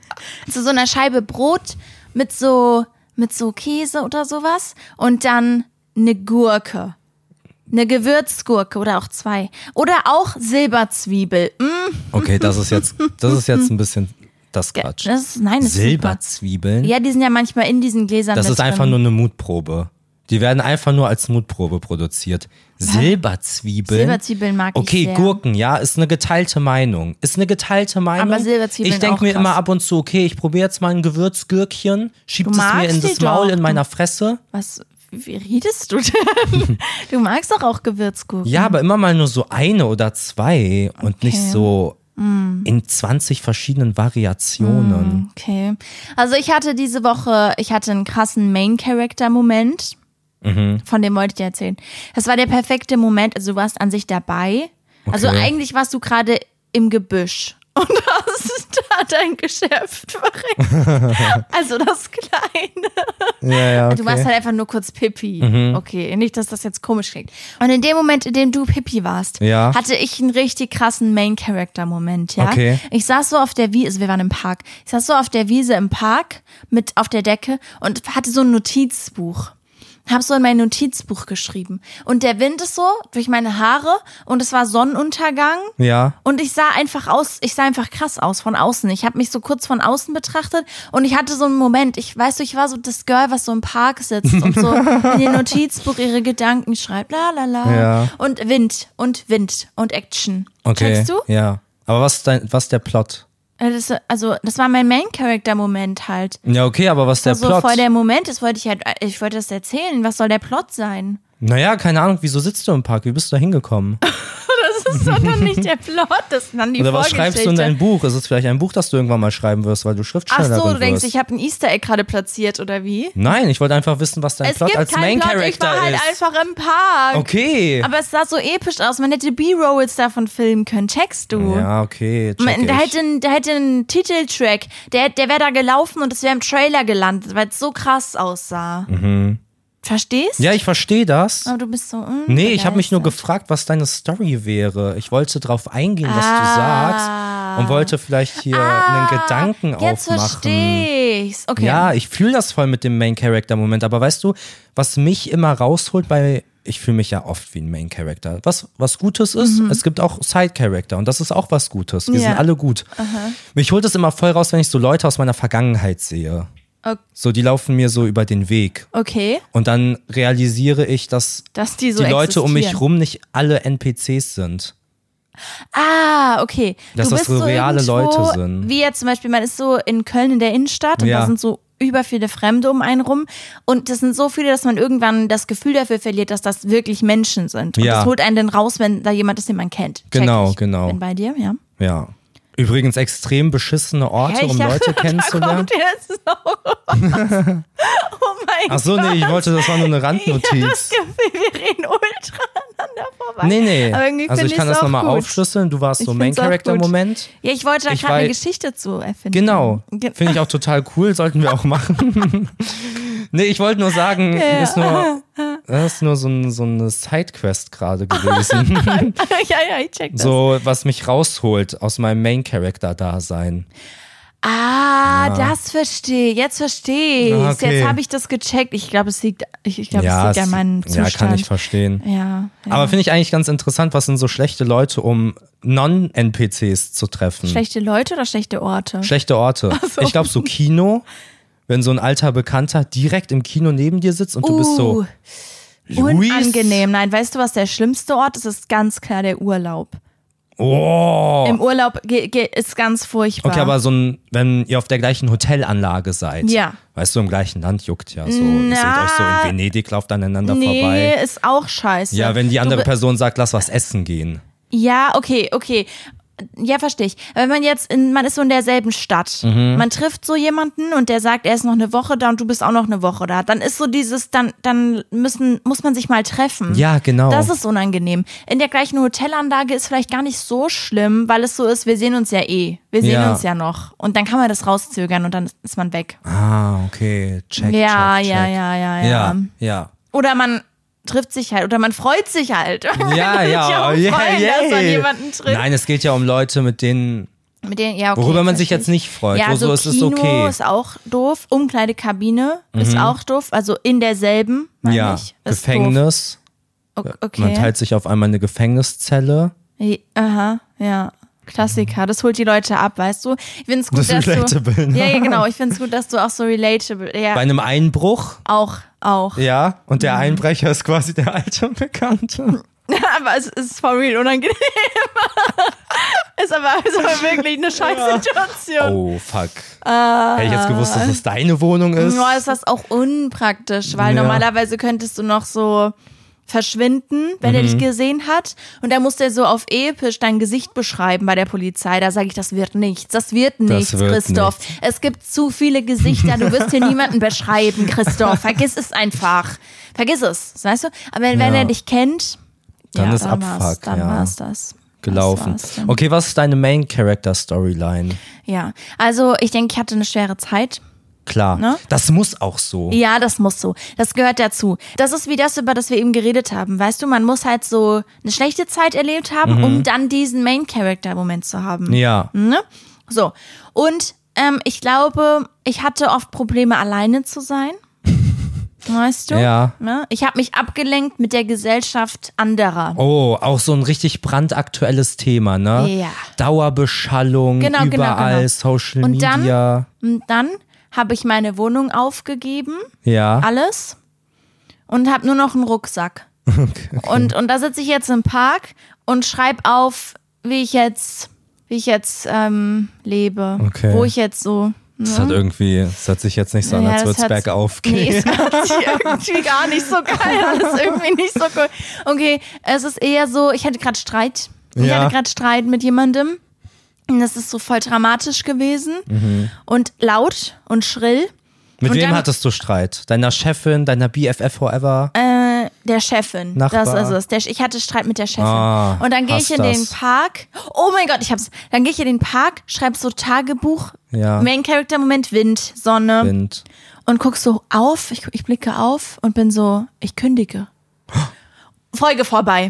zu so einer Scheibe Brot mit so, mit so Käse oder sowas. Und dann eine Gurke. Eine Gewürzgurke oder auch zwei. Oder auch Silberzwiebel. Mm, Okay, das ist jetzt, das ist jetzt ein bisschen das Quatsch. das ist, nein, das ist super. Silberzwiebeln? Ja, die sind ja manchmal in diesen Gläsern Das mit ist einfach drin. nur eine Mutprobe. Die werden einfach nur als Mutprobe produziert. Silberzwiebeln? Silberzwiebeln mag ich Okay, sehr. Gurken, ja, ist eine geteilte Meinung. Ist eine geteilte Meinung. Aber Silberzwiebeln Ich denke auch mir krass. immer ab und zu, okay, ich probiere jetzt mal ein Gewürzgürkchen, schieb Du es mir magst in die das Maul doch. in meiner Fresse. Was, wie redest du denn? Du magst doch auch Gewürzgurken. Ja, aber immer mal nur so eine oder zwei und nicht so Mm. in zwanzig verschiedenen Variationen. Okay. Also ich hatte diese Woche, ich hatte einen krassen Main-Character-Moment. Mhm. Von dem wollte ich dir erzählen. Das war der perfekte Moment. Also du warst an sich dabei. Also Okay. eigentlich warst du gerade im Gebüsch. Und hast da dein Geschäft verreckt. Also das Kleine. Ja, ja, okay. Du warst halt einfach nur kurz Pippi. Okay, nicht, dass das jetzt komisch klingt. Und in dem Moment, in dem du Pippi warst, Ja. hatte ich einen richtig krassen Main-Character-Moment, ja. Okay. Ich saß so auf der Wiese, also wir waren im Park, ich saß so auf der Wiese im Park mit auf der Decke und hatte so ein Notizbuch. hab so in mein Notizbuch geschrieben. Und der Wind ist so durch meine Haare und es war Sonnenuntergang. Ja. Und ich sah einfach aus, ich sah einfach krass aus von außen. Ich habe mich so kurz von außen betrachtet und ich hatte so einen Moment, ich weiß du, ich war so das Girl, was so im Park sitzt und so in ihr Notizbuch ihre Gedanken schreibt, la la la. Ja. Und Wind und Wind und Action. Okay. Checkst du? Ja. Aber was ist, dein, was ist der Plot? Das, also, das war mein Main-Character-Moment halt. Ja, okay, aber was ist der also Plot? voll der Moment, das wollte ich halt, ich wollte das erzählen. Was soll der Plot sein? Naja, keine Ahnung, wieso sitzt du im Park? Wie bist du da hingekommen? Das ist doch dann nicht der Plot, das ist dann die Oder was Vorgeschichte. schreibst du in dein Buch? Ist es vielleicht ein Buch, das du irgendwann mal schreiben wirst, weil du Ach Schriftstellerin wirst? so, du denkst, ich habe ein Easter Egg gerade platziert, oder wie? Nein, ich wollte einfach wissen, was dein Es Plot gibt als keinen Main Plot, Character ich war halt ist. einfach im Park. Okay. Aber es sah so episch aus, man hätte B-Rolls davon filmen können, checkst du? Ja, okay, check Man, der, ich. hätte einen, der hätte einen Titeltrack, der, der wäre da gelaufen und es wäre im Trailer gelandet, weil es so krass aussah. Mhm. Verstehst? Ja, ich verstehe das. Aber du bist so. Mm, Nee, ich habe mich nur begeistert. gefragt, was deine Story wäre. Ich wollte drauf eingehen, was Ah. du sagst und wollte vielleicht hier einen Gedanken Jetzt aufmachen. verstehe ich's. Okay. Ja, ich fühle das voll mit dem Main-Character-Moment, aber weißt du, was mich immer rausholt bei, ich fühle mich ja oft wie ein Main-Character. Was, was Gutes ist, es gibt auch Side-Character und das ist auch was Gutes. Wir Mhm. Ja. sind alle gut. Mich holt es immer voll raus, wenn ich so Leute aus meiner Vergangenheit sehe. Ok- So, die laufen mir so über den Weg. Okay. Und dann realisiere ich, dass Dass die so die Leute um mich existieren. rum nicht alle N P Cs sind. Ah, okay. Dass du das bist so so reale irgendwo, Leute sind. Wie jetzt zum Beispiel, man ist so in Köln in der Innenstadt und Ja. da sind so über viele Fremde um einen rum und das sind so viele, dass man irgendwann das Gefühl dafür verliert, dass das wirklich Menschen sind. Und Ja. das holt einen dann raus, wenn da jemand ist, den man kennt. Check Genau, ich. genau. Bin bei dir, ja. Ja. Übrigens extrem beschissene Orte, Hä, ich um dachte, Leute da kennenzulernen. kommt jetzt noch was. Oh mein Ach so, Gott. nee, ich wollte, das war nur eine Ich habe das Randnotiz. Gefühl, wir reden ultra aneinander vorbei. Nee, nee. Aber irgendwie Also find ich kann ich's das auch nochmal gut. aufschlüsseln. Du warst Ich so find's auch Main-Character-Moment. Ja, ich wollte da Ich gerade eine wei- Geschichte zu erfinden. Genau. Ge- Finde ich auch total cool, sollten wir auch machen. Nee, ich wollte nur sagen, Ja. ist nur, das ist nur so, ein, so eine Sidequest gerade gewesen. ja, ja, ich check das. So, was mich rausholt aus meinem Main-Character-Dasein. Ah, das verstehe ich. Jetzt verstehe ich. Ah, okay. Jetzt habe ich das gecheckt. Ich glaube, es liegt, ich, ich glaube, Ja, es liegt an meinem ja, Zustand. kann ich verstehen. Ja, ja. Aber finde ich eigentlich ganz interessant, was sind so schlechte Leute, um Non-N P Cs zu treffen? Schlechte Leute oder schlechte Orte? Schlechte Orte. so. Ich glaube, so Kino, wenn so ein alter Bekannter direkt im Kino neben dir sitzt und du bist so, Luis? Unangenehm. Nein, weißt du, was der schlimmste Ort ist? Ist ganz klar der Urlaub. Oh. Im Urlaub ge- ge- ist ganz furchtbar. Okay, aber so ein, wenn ihr auf der gleichen Hotelanlage seid. Ja. Weißt du, im gleichen Land juckt ja so. Na. Ihr seht euch so in Venedig, lauft aneinander nee, vorbei. ist auch scheiße. Ja, wenn die andere Du be- Person sagt, lass was essen gehen. Ja, okay, okay. Ja, verstehe ich. Wenn man jetzt in, man ist so in derselben Stadt, Mhm. man trifft so jemanden und der sagt, er ist noch eine Woche da und du bist auch noch eine Woche da, dann ist so dieses, dann, dann müssen, muss man sich mal treffen. Ja, genau. Das ist unangenehm. In der gleichen Hotelanlage ist vielleicht gar nicht so schlimm, weil es so ist, wir sehen uns ja eh. Wir sehen Ja. uns ja noch. Und dann kann man das rauszögern und dann ist man weg. Ah, okay. Check, ja, check, check. ja, ja, ja, ja, Ja, ja. Oder man trifft sich halt oder man freut sich halt. Man Ja, kann sich ja, auch yeah, freuen, yeah. dass man jemanden trifft. Nein, es geht ja um Leute, mit denen, Mit denen, ja, okay, worüber man sich verstehe jetzt ich. nicht freut. Ja, Wo so so ist es Kino okay. ist auch doof. Umkleidekabine ist Mhm. auch doof. Also in derselben, meine Ja, ich. Ist Gefängnis. Doof. O- Okay. Man teilt sich auf einmal eine Gefängniszelle. I- Aha, ja. Klassiker. Das holt die Leute ab, weißt du? Ich finde es gut, Das ist dass relatable, du. ne? Ja, ja, genau. Ich finde es gut, dass du auch so relatable. Ja, Bei einem Einbruch. auch, auch. Ja, und Mhm. der Einbrecher ist quasi der alte Bekannte. Aber es ist for real unangenehm. ist, aber, ist aber wirklich eine Scheißsituation. Oh, fuck. Hätte ich jetzt gewusst, dass es deine Wohnung ist? Nur ist das auch unpraktisch, weil Ja. normalerweise könntest du noch so verschwinden, wenn er Mhm. dich gesehen hat. Und dann muss der so auf episch dein Gesicht beschreiben bei der Polizei. Da sage ich, das wird nichts. Das wird nichts, wird Christoph. Es gibt zu viele Gesichter. Du wirst hier niemanden beschreiben, Christoph. Vergiss es einfach. Vergiss es. Weißt du? Aber wenn, wenn Ja. er dich kennt, Dann ja, ist dann Abfuck, war's, dann ja. war's das. Gelaufen. Das war's dann. Okay, was ist deine Main-Character-Storyline? Ja, also ich denke, ich hatte eine schwere Zeit. Klar, Ne? das muss auch so. Ja, das muss so. Das gehört dazu. Das ist wie das, über das wir eben geredet haben. Weißt du, man muss halt so eine schlechte Zeit erlebt haben, um dann diesen Main-Character-Moment zu haben. Ja, Ne? So. Und ähm, ich glaube, ich hatte oft Probleme, alleine zu sein. Weißt du? Ja. ja? Ich habe mich abgelenkt mit der Gesellschaft anderer. Oh, auch so ein richtig brandaktuelles Thema, ne? Ja. Dauerbeschallung, Genau, genau, überall, genau. Social Und dann- Media. Und dann habe ich meine Wohnung aufgegeben, Ja. alles, und habe nur noch einen Rucksack. Okay. Und, und da sitze ich jetzt im Park und schreibe auf, wie ich jetzt, wie ich jetzt ähm, lebe. Okay. Wo ich jetzt so. Das hat irgendwie, das hört sich jetzt nicht so an, Ja, als das würde es hört- bergauf Nee, gehen. es hört sich irgendwie gar nicht so geil an. Das ist irgendwie nicht so cool. Okay, es ist eher so, ich hatte gerade Streit. Ich Ja. hatte gerade Streit mit jemandem. Und das ist so voll dramatisch gewesen. Und laut und schrill. Mit Und wem dann- hattest du Streit? Deiner Chefin, deiner B F F forever? Äh, der Chefin. Nachbar. Das ist es. Der, ich hatte Streit mit der Chefin. Ah, und dann gehe ich hasse in den das. Park. Oh mein Gott, ich hab's. Dann gehe ich in den Park, schreib so Tagebuch. Ja. Main Character Moment Wind, Sonne. Wind. Und guck so auf. Ich, ich blicke auf und bin so, ich kündige. Folge vorbei.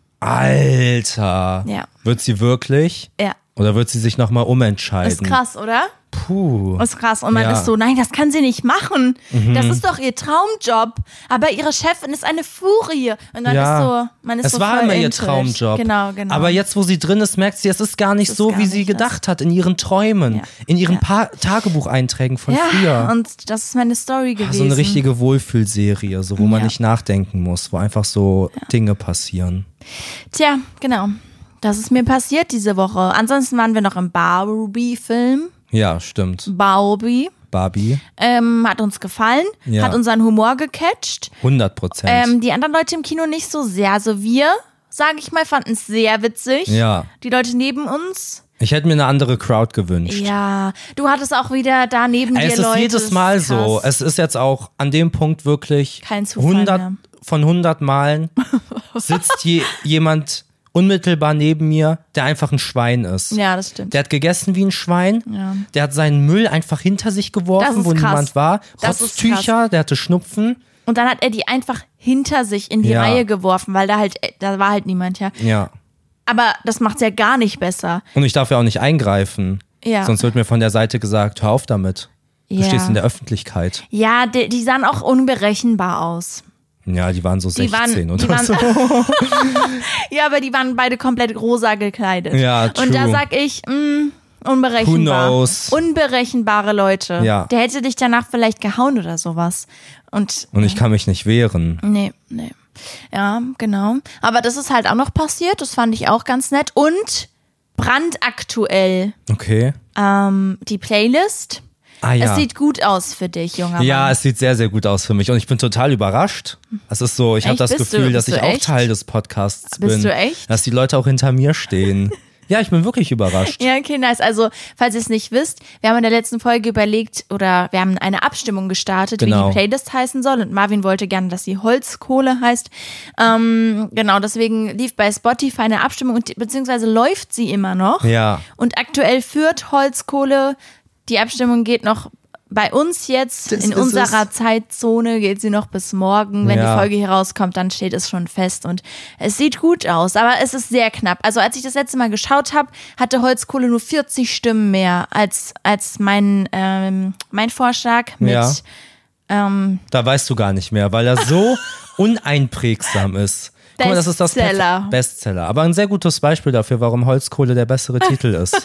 Alter. Ja. Wird sie wirklich? Ja. Oder wird sie sich nochmal umentscheiden? Ist krass, oder? Puh. Ist krass. Und man Ja. ist so, nein, das kann sie nicht machen. Mhm. Das ist doch ihr Traumjob. Aber ihre Chefin ist eine Furie. Und dann Ja. ist so, man ist Es so war voll immer ihr into it. Traumjob. Genau, genau. Aber jetzt, wo sie drin ist, merkt sie, es ist gar nicht Es ist so, gar wie sie nicht gedacht hat, in ihren Träumen, Ja. in ihren Ja. pa Tagebucheinträgen von ja, früher. und das ist meine Story gewesen. So eine richtige Wohlfühlserie, so wo man Ja. nicht nachdenken muss, wo einfach so Dinge passieren. Tja, genau. Das ist mir passiert diese Woche. Ansonsten waren wir noch im Barbie-Film. Ja, stimmt. Barbie. Barbie, Ähm, hat uns gefallen, Ja. hat unseren Humor gecatcht. hundert Prozent. Ähm, die anderen Leute im Kino nicht so sehr. Also wir, sage ich mal, fanden es sehr witzig. Ja. Die Leute neben uns. Ich hätte mir eine andere Crowd gewünscht. Ja, du hattest auch wieder da neben Ey, dir es ist Leute. jedes das Mal ist so. krass. Es ist jetzt auch an dem Punkt wirklich Kein Zufall hundert mehr. von hundert Malen sitzt je, jemand unmittelbar neben mir, der einfach ein Schwein ist. Ja, das stimmt. Der hat gegessen wie ein Schwein. Ja. Der hat seinen Müll einfach hinter sich Das geworfen, ist wo krass. niemand war. Das ist Rotztücher, der hatte Schnupfen. Und dann hat er die einfach hinter sich in die Ja. Reihe geworfen, weil da halt, da war halt niemand, ja. Ja. Aber das macht's ja gar nicht besser. Und ich darf ja auch nicht eingreifen. Ja. Sonst wird mir von der Seite gesagt, hör auf damit. Du Ja. stehst in der Öffentlichkeit. Ja, die, die sahen auch unberechenbar aus. Ja, die waren so Die waren, sechzehn die oder waren, so. ja, aber die waren beide komplett rosa gekleidet. Ja, true. Und da sag ich, mh, unberechenbar. Who knows? Unberechenbare Leute. Ja. Der hätte dich danach vielleicht gehauen oder sowas. Und Und ich kann mich nicht wehren. nee, nee. Ja, genau. Aber das ist halt auch noch passiert. Das fand ich auch ganz nett. Und brandaktuell Okay. ähm, die Playlist. Ah ja. Es sieht gut aus für dich, junger Ja, Mann. es sieht sehr, sehr gut aus für mich und ich bin total überrascht. Es ist so, ich habe Echt? das Bist Gefühl, du- dass bist ich du auch echt? Teil des Podcasts Bist bin. du echt? Dass die Leute auch hinter mir stehen. Ja, ich bin wirklich überrascht. Ja, okay, nice. Also, falls ihr es nicht wisst, wir haben in der letzten Folge überlegt oder wir haben eine Abstimmung gestartet, wie Genau. die Playlist heißen soll. Und Marvin wollte gerne, dass sie Holzkohle heißt. Ähm, genau, deswegen lief bei Spotify eine Abstimmung und beziehungsweise läuft sie immer noch. Ja. Und aktuell führt Holzkohle. Die Abstimmung geht noch bei uns jetzt, Das in ist unserer es. Zeitzone geht sie noch bis morgen. Wenn Ja. die Folge hier rauskommt, dann steht es schon fest und es sieht gut aus, aber es ist sehr knapp. Also als ich das letzte Mal geschaut habe, hatte Holzkohle nur vierzig Stimmen mehr als, als mein, ähm, mein Vorschlag mit Ja. ähm, Da weißt du gar nicht mehr, weil er so uneinprägsam ist. Guck mal, das ist das Bestseller. Perf- Bestseller. Aber ein sehr gutes Beispiel dafür, warum Holzkohle der bessere Titel ist.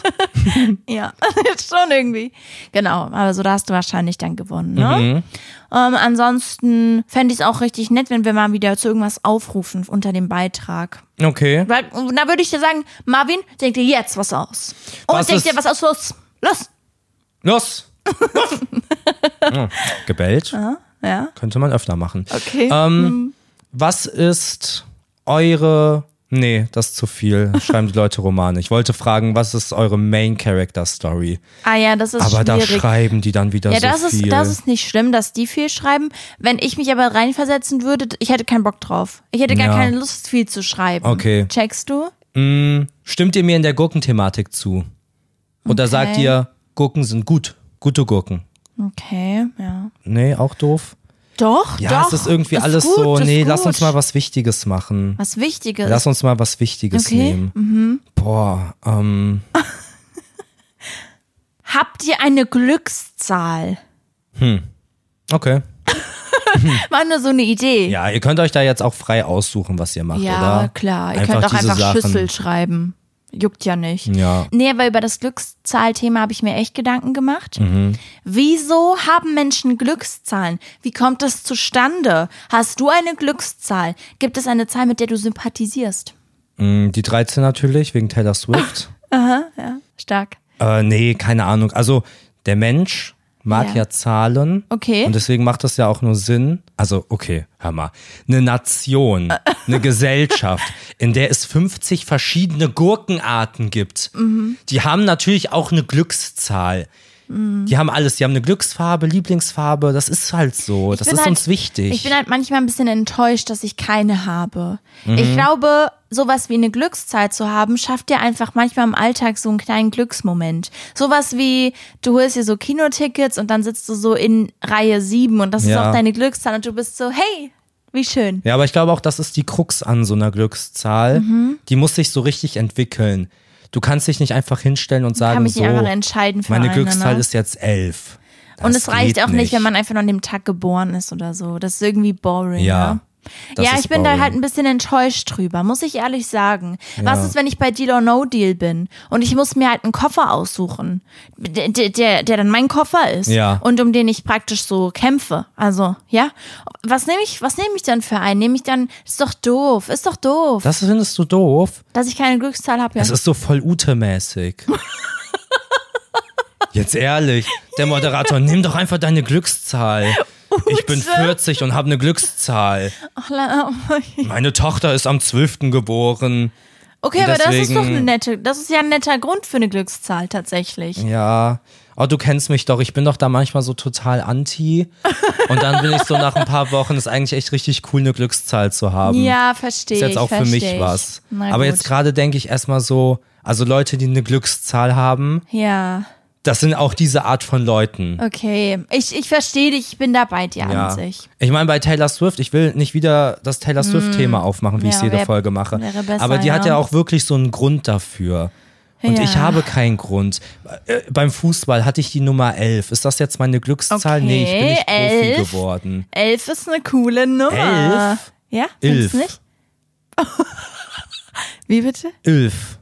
ja, schon irgendwie. Genau, aber so da hast du wahrscheinlich dann gewonnen. Ne? Mhm. Ähm, ansonsten fände ich es auch richtig nett, wenn wir mal wieder zu irgendwas aufrufen unter dem Beitrag. Okay. Weil, da würde ich dir sagen, Marvin, denk dir jetzt was aus. Und Was denk ist- dir was aus, los, los. Los! Los! Hm, gebellt. Ja, Könnte man öfter machen. okay. Ähm, was ist eure. Nee, das ist zu viel. Schreiben die Leute Romane. Ich wollte fragen, was ist eure Main Character Story? ah ja, das ist Aber da schwierig. schreiben die dann wieder Ja, so das viel. ist, das ist nicht schlimm, dass die viel schreiben. Wenn ich mich aber reinversetzen würde, ich hätte keinen Bock drauf. Ich hätte gar Ja. keine Lust, viel zu schreiben. Okay. Checkst du? Mm, stimmt ihr mir in der Gurkenthematik zu? Oder Okay. sagt ihr, Gurken sind gut? Gute Gurken? Okay, ja. Nee, auch doof? Doch, Ja, doch. es ist irgendwie ist alles gut, so, ist nee, gut. lass uns mal was Wichtiges machen. Was Wichtiges. Lass uns mal was Wichtiges Okay, nehmen. mhm. Boah, ähm, Habt ihr eine Glückszahl? okay. War nur so eine Idee. Ja, ihr könnt euch da jetzt auch frei aussuchen, was ihr macht, ja, oder? Ja, klar. Ihr einfach könnt auch diese einfach Sachen. Schüssel schreiben. Juckt ja nicht. Ja. Nee, aber über das Glückszahlthema habe ich mir echt Gedanken gemacht. Mhm. Wieso haben Menschen Glückszahlen? Wie kommt das zustande? Hast du eine Glückszahl? Gibt es eine Zahl, mit der du sympathisierst? Die dreizehn natürlich, wegen Taylor Swift. Aha, ja, stark. Äh, nee, keine Ahnung. Also der Mensch mag Ja. ja Zahlen. Okay. Und deswegen macht das ja auch nur Sinn. Also, okay, hör mal. Eine Nation, eine Gesellschaft, in der es fünfzig verschiedene Gurkenarten gibt, Mhm. die haben natürlich auch eine Glückszahl. Die haben alles, die haben eine Glücksfarbe, Lieblingsfarbe, das ist halt so, das bin ist halt- uns wichtig. Ich bin halt manchmal ein bisschen enttäuscht, dass ich keine habe. Mhm. Ich glaube, sowas wie eine Glückszahl zu haben, schafft dir einfach manchmal im Alltag so einen kleinen Glücksmoment. Sowas wie, du holst dir so Kinotickets und dann sitzt du so in Reihe sieben und das ist Ja. auch deine Glückszahl und du bist so, hey, wie schön. Ja, aber ich glaube auch, das ist die Krux an so einer Glückszahl. Mhm. Die muss sich so richtig entwickeln. Du kannst dich nicht einfach hinstellen und Ich kann sagen, mich so, nicht einfach entscheiden für meine eine, Glückszahl ne? ist jetzt elf. Das Und es reicht geht auch nicht, wenn man einfach nur an dem Tag geboren ist oder so. Das ist irgendwie boring. Ja, Ne? das Ja, ist ich bin boring. da halt ein bisschen enttäuscht drüber, muss ich ehrlich sagen. Was ist, wenn ich bei Deal or No Deal bin und ich muss mir halt einen Koffer aussuchen, der, der, der dann mein Koffer ist Ja. und um den ich praktisch so kämpfe. Also, ja. Was nehme ich, was nehme ich dann für einen? Nehme ich dann, ist doch doof, ist doch doof, Das findest du doof? dass ich keine Glückszahl habe. Ja. Es ist so voll Ute-mäßig. Jetzt ehrlich, der Moderator, nimm doch einfach deine Glückszahl. Ich bin vierzig und habe eine Glückszahl. Ach, la- Meine Tochter ist am zwölften geboren. Okay, aber das ist doch Deswegen- eine nette, das ist ja ein netter Grund für eine Glückszahl tatsächlich. Ja, oh, du kennst mich doch, ich bin doch da manchmal so total anti. Und dann bin ich so nach ein paar Wochen, ist eigentlich echt richtig cool, eine Glückszahl zu haben. Ja, verstehe ich. Ist jetzt auch für mich versteh ich. was. Na Aber gut. jetzt gerade denke ich erstmal so, also Leute, die eine Glückszahl haben, Ja, das sind auch diese Art von Leuten. okay. Ich, ich verstehe dich, ich bin da bei dir Ja. an sich. Ich meine, bei Taylor Swift, ich will nicht wieder das Taylor Swift-Thema aufmachen, wie ich Ja, es jede wär- Folge mache. wäre besser, Aber die hat ja. ja auch wirklich so einen Grund dafür. Und Ja. ich habe keinen Grund. Äh, beim Fußball hatte ich die Nummer elf. Ist das jetzt meine Glückszahl? Okay, Nee, ich bin nicht Profi elf. geworden. Elf ist eine coole Nummer. Elf? Ja, Elf. findest du nicht? Wie bitte? Elf.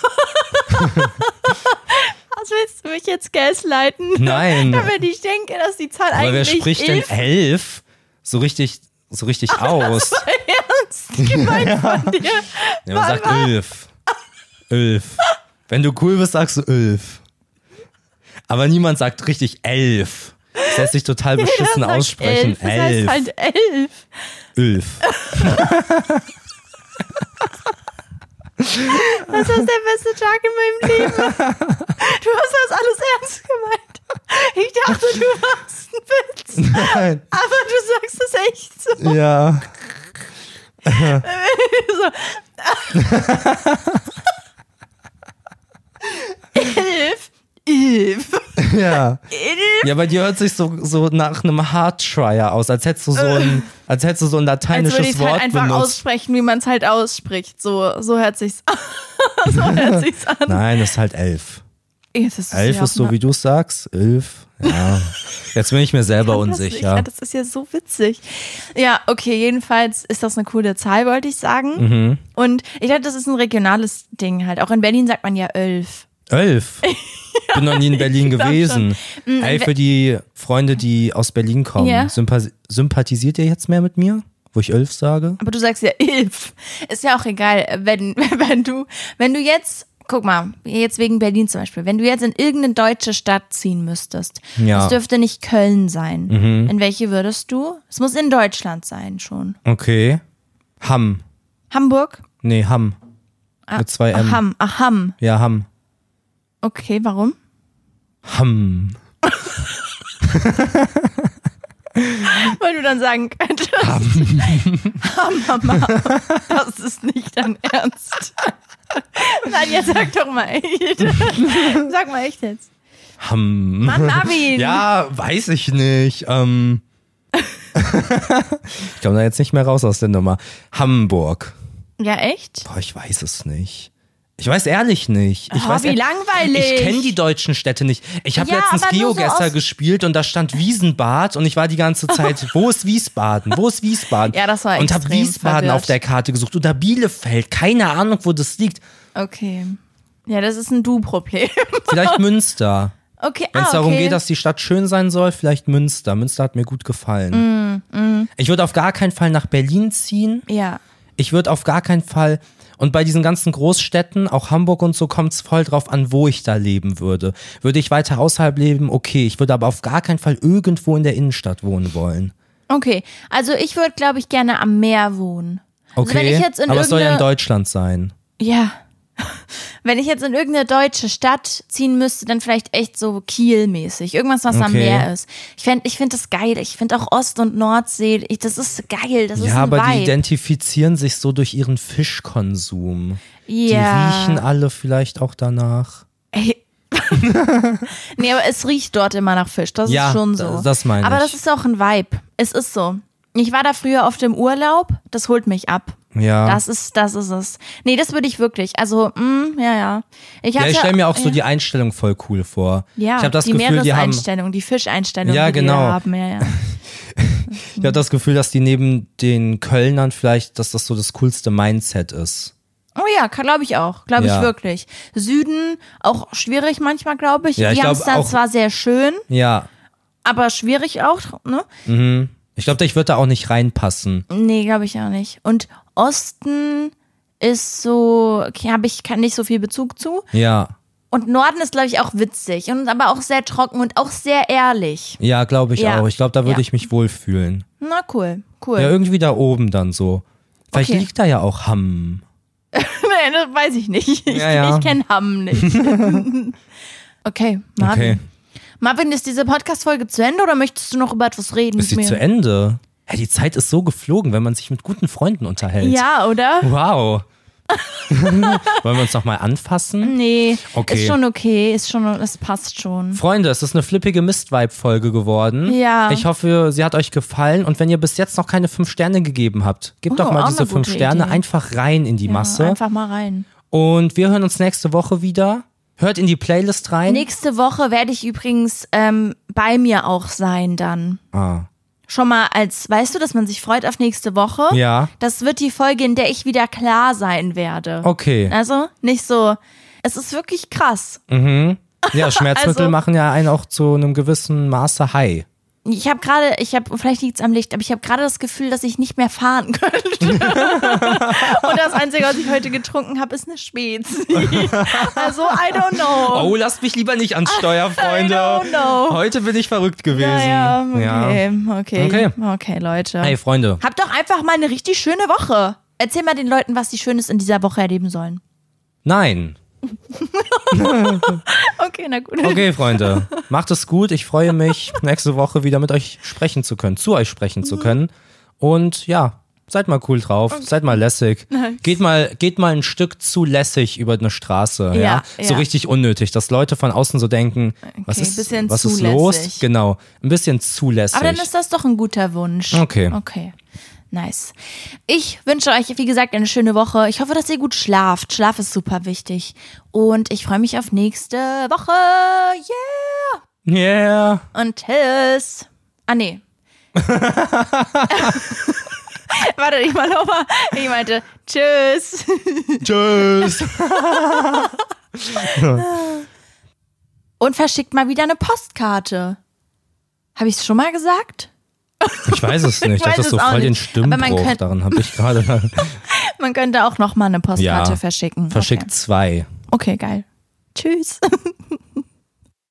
Was willst du mich jetzt gaslighten? Nein. Damit ich denke, dass die Zahl Aber wer eigentlich spricht elf denn elf so richtig, so richtig aus? ernst gemeint von dir. Ja, man sagt elf. Elf. Wenn du cool bist, sagst du elf. Aber niemand sagt richtig elf. Das lässt sich total beschissen Jeder sagt aussprechen. elf. Das heißt Elf. halt elf. Elf. Das ist der beste Tag in meinem Leben. Du hast das alles ernst gemeint. Ich dachte, du machst einen Witz. Nein. Aber du sagst es echt so. Ja. Elf. Elf. Ja. Elf. Ja, aber die hört sich so, so nach einem Hardtryer aus, als hättest du so ein, als hättest du so ein Als lateinisches würde ich es Wort halt einfach benutzt. aussprechen, wie man es halt ausspricht. So, so hört sich's an. So hört sich's an. Nein, das ist halt elf. Jetzt ist es Elf ja ist auch so, mal- wie du es sagst. Elf. Ja. Jetzt bin ich mir selber Das nicht, unsicher. ja, das ist ja so witzig. Ja, okay, jedenfalls ist das eine coole Zahl, wollte ich sagen. Mhm. Und ich glaube, das ist ein regionales Ding halt. Auch in Berlin sagt man ja elf. Elf. Bin noch nie in Berlin glaub gewesen. Mm, Ey, we- für die Freunde, die aus Berlin kommen, Ja. sympa- sympathisiert ihr jetzt mehr mit mir, wo ich elf sage? Aber du sagst ja elf. Ist ja auch egal, wenn, wenn du, wenn du jetzt, guck mal, jetzt wegen Berlin zum Beispiel, wenn du jetzt in irgendeine deutsche Stadt ziehen müsstest, Ja. es dürfte nicht Köln sein. Mhm. In welche würdest du? Es muss in Deutschland sein schon. Okay. Hamm. Hamburg? Nee, Hamm. Mit zwei M. Aham, Aham. Ja, Hamm. Okay, warum? Hamm. Weil du dann sagen könntest. Hammer. Das ist nicht dein Ernst. Nein, jetzt sag doch mal echt. Sag mal echt jetzt. Hamm. Mann, Marvin. Ja, weiß ich nicht. Ähm. Ich komme da jetzt nicht mehr raus aus der Nummer. Hamburg. Ja, echt? Boah, ich weiß es nicht. Ich weiß ehrlich nicht. Ich oh, weiß, wie langweilig. Ich kenne die deutschen Städte nicht. Ich habe Ja, letztens aber nur so GeoGuessr aus- gespielt und da stand Wiesenbad und ich war die ganze Zeit, wo ist Wiesbaden? Wo ist Wiesbaden? Ja, das war Und habe extrem Wiesbaden verwirrt. auf der Karte gesucht oder Bielefeld. Keine Ahnung, wo das liegt. Okay. Ja, das ist ein Du-Problem. Vielleicht Münster. Okay, Wenn es ah, darum okay. geht, dass die Stadt schön sein soll, vielleicht Münster. Münster hat mir gut gefallen. Mm, mm. Ich würde auf gar keinen Fall nach Berlin ziehen. Ja. Ich würde auf gar keinen Fall, und bei diesen ganzen Großstädten, auch Hamburg und so, kommt es voll drauf an, wo ich da leben würde. Würde ich weiter außerhalb leben, okay. Ich würde aber auf gar keinen Fall irgendwo in der Innenstadt wohnen wollen. Okay, also ich würde, glaube ich, gerne am Meer wohnen. Also Okay, wenn ich jetzt in aber es soll ja in irgendeine- Deutschland sein. Ja. Wenn ich jetzt in irgendeine deutsche Stadt ziehen müsste, dann vielleicht echt so Kiel-mäßig. Irgendwas, was am Okay. Meer ist. Ich finde ich find das geil. Ich finde auch Ost- und Nordsee, ich, das ist geil. Das ist Ja, ein aber die Vibe. identifizieren sich so durch ihren Fischkonsum. Die Ja. riechen alle vielleicht auch danach. Ey. Nee, aber es riecht dort immer nach Fisch. Das Ja, ist schon so. das meine Aber ich. das ist auch ein Vibe. Es ist so. Ich war da früher oft im Urlaub. Das holt mich ab. Ja. Das ist, das ist es. Nee, das würde ich wirklich. Also, mm, ja, ja. Ich, Ja, hatte- ich stelle mir auch so ja. die Einstellung voll cool vor. Ja, ich habe das die Gefühl, die haben, Meereseinstellung, die Fischeinstellung, Ja, die genau. die da haben. Ja, ja. ich habe das Gefühl, dass die neben den Kölnern vielleicht, dass das so das coolste Mindset ist. Oh ja, glaube ich auch. Glaube Ja. ich wirklich. Süden, auch schwierig manchmal, glaube ich. Ja, ich die haben glaub es dann auch- zwar sehr schön, Ja, aber schwierig auch, ne? mhm. Ich glaube, ich würde da auch nicht reinpassen. Nee, glaube ich auch nicht. Und Osten ist so, okay, habe ich kann nicht so viel Bezug zu. Ja, Und Norden ist, glaube ich, auch witzig und aber auch sehr trocken und auch sehr ehrlich. ja, glaube ich Ja. auch. Ich glaube, da würde Ja. ich mich wohlfühlen. Na cool, cool. Ja, irgendwie da oben dann so. Vielleicht Okay. liegt da ja auch Hamm. Nee, das weiß ich nicht. Ich, Ja, ja. ich kenne Hamm nicht. Okay, Marvin. Okay. Marvin, ist diese Podcast-Folge zu Ende oder möchtest du noch über etwas reden? Ist sie mit mir? zu Ende? Ja, die Zeit ist so geflogen, wenn man sich mit guten Freunden unterhält. Ja, oder? Wow. Wollen wir uns noch mal anfassen? Nee, Okay. ist schon okay, ist schon, es passt schon. Freunde, es ist eine flippige Mist-Vibe-Folge geworden. Ja. Ich hoffe, sie hat euch gefallen. Und wenn ihr bis jetzt noch keine fünf Sterne gegeben habt, gebt Oh, doch mal auch diese eine fünf gute Sterne Idee. einfach rein in die Ja, Masse. einfach mal rein. Und wir hören uns nächste Woche wieder. Hört in die Playlist rein. Nächste Woche werde ich übrigens ähm, bei mir auch sein dann. Ah. Schon mal als, weißt du, dass man sich freut auf nächste Woche? Ja. Das wird die Folge, in der ich wieder klar sein werde. Okay. Also nicht so, es ist wirklich krass. Ja, Schmerzmittel Also- machen ja einen auch zu einem gewissen Maße high. Ich habe gerade, ich habe, vielleicht liegt es am Licht, aber ich habe gerade das Gefühl, dass ich nicht mehr fahren könnte. Und das Einzige, was ich heute getrunken habe, ist eine Spezi. Also, I don't know. Oh, lasst mich lieber nicht ans Steuer, Freunde. I don't know. Heute bin ich verrückt gewesen. Ja, ja, okay, okay, Okay. okay, Leute. Hey, Freunde. Habt doch einfach mal eine richtig schöne Woche. Erzähl mal den Leuten, was sie Schönes in dieser Woche erleben sollen. Nein. Okay, na gut. Okay, Freunde. Macht es gut. Ich freue mich, nächste Woche wieder mit euch sprechen zu können, zu euch sprechen zu können. Und ja, seid mal cool drauf. Seid mal lässig. Geht mal, geht mal ein Stück zu lässig über eine Straße. Ja, Ja, So ja. richtig unnötig, dass Leute von außen so denken, was Okay, ist, bisschen was ist zu los? lässig. Genau, ein bisschen zu lässig. Aber dann ist das doch ein guter Wunsch. Okay. Okay. Nice. Ich wünsche euch, wie gesagt, eine schöne Woche. Ich hoffe, dass ihr gut schlaft. Schlaf ist super wichtig. Und ich freue mich auf nächste Woche. Yeah! Yeah. Und tschüss. Ah, nee. Warte, ich mal nochmal. Ich meinte tschüss. Tschüss. Und verschickt mal wieder eine Postkarte. Habe ich es schon mal gesagt? Ich weiß es nicht. Ich weiß das ist so es auch voll den nicht. Aber man Stimmbruch. könnt- Daran habe ich gerade. Man könnte auch noch mal eine Postkarte Ja. verschicken. Verschickt zwei. Okay, okay geil. Tschüss.